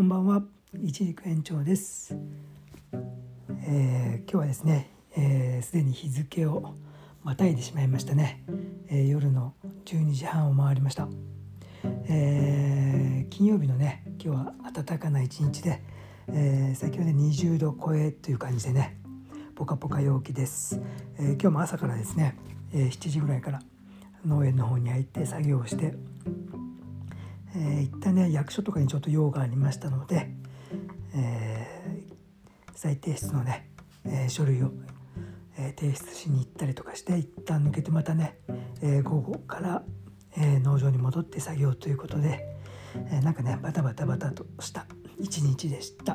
こんばんは、一軸園長です。今日はですね、すでに日付をまたいでしまいましたね。夜の12時半を回りました。金曜日のね、今日は暖かな一日で、先ほど20度超えという感じでね、ポカポカ陽気です。今日も朝からですね、7時ぐらいから農園の方に入って作業をして、一旦ね役所とかにちょっと用がありましたので、再提出のね、書類を、提出しに行ったりとかして一旦抜けてまたね、午後から、農場に戻って作業ということで、なんかねバタバタとした一日でした。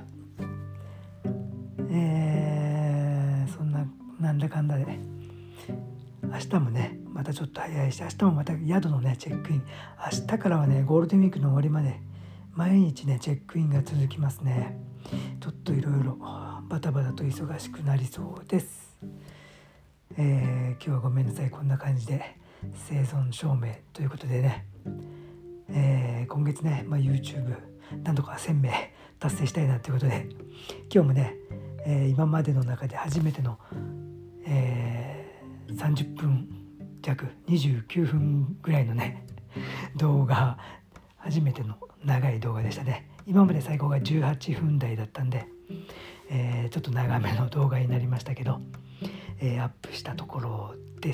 そんななんだかんだで明日もねまたちょっと早いし、明日もまた宿のねチェックイン、明日からはねゴールデンウィークの終わりまで毎日ねチェックインが続きますね。ちょっといろいろバタバタと忙しくなりそうです。今日はごめんなさい、こんな感じで生存証明ということでね、今月ね、YouTube なんとか1000名達成したいなということで、今日もね、今までの中で初めての、30分弱29分ぐらいのね動画、初めての長い動画でしたね。今まで最高が18分台だったんで、ちょっと長めの動画になりましたけど、アップしたところです。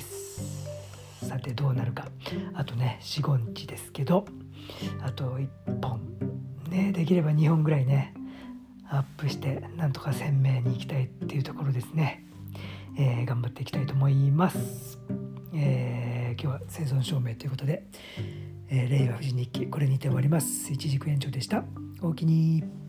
さてどうなるか、あとね 4,5 日ですけど、あと1本ね、できれば2本ぐらいねアップしてなんとか1000名に行きたいっていうところですね。頑張っていきたいと思います。今日は生存証明ということで、令和富士日記これにて終わります。一軸園長でした。おおきに。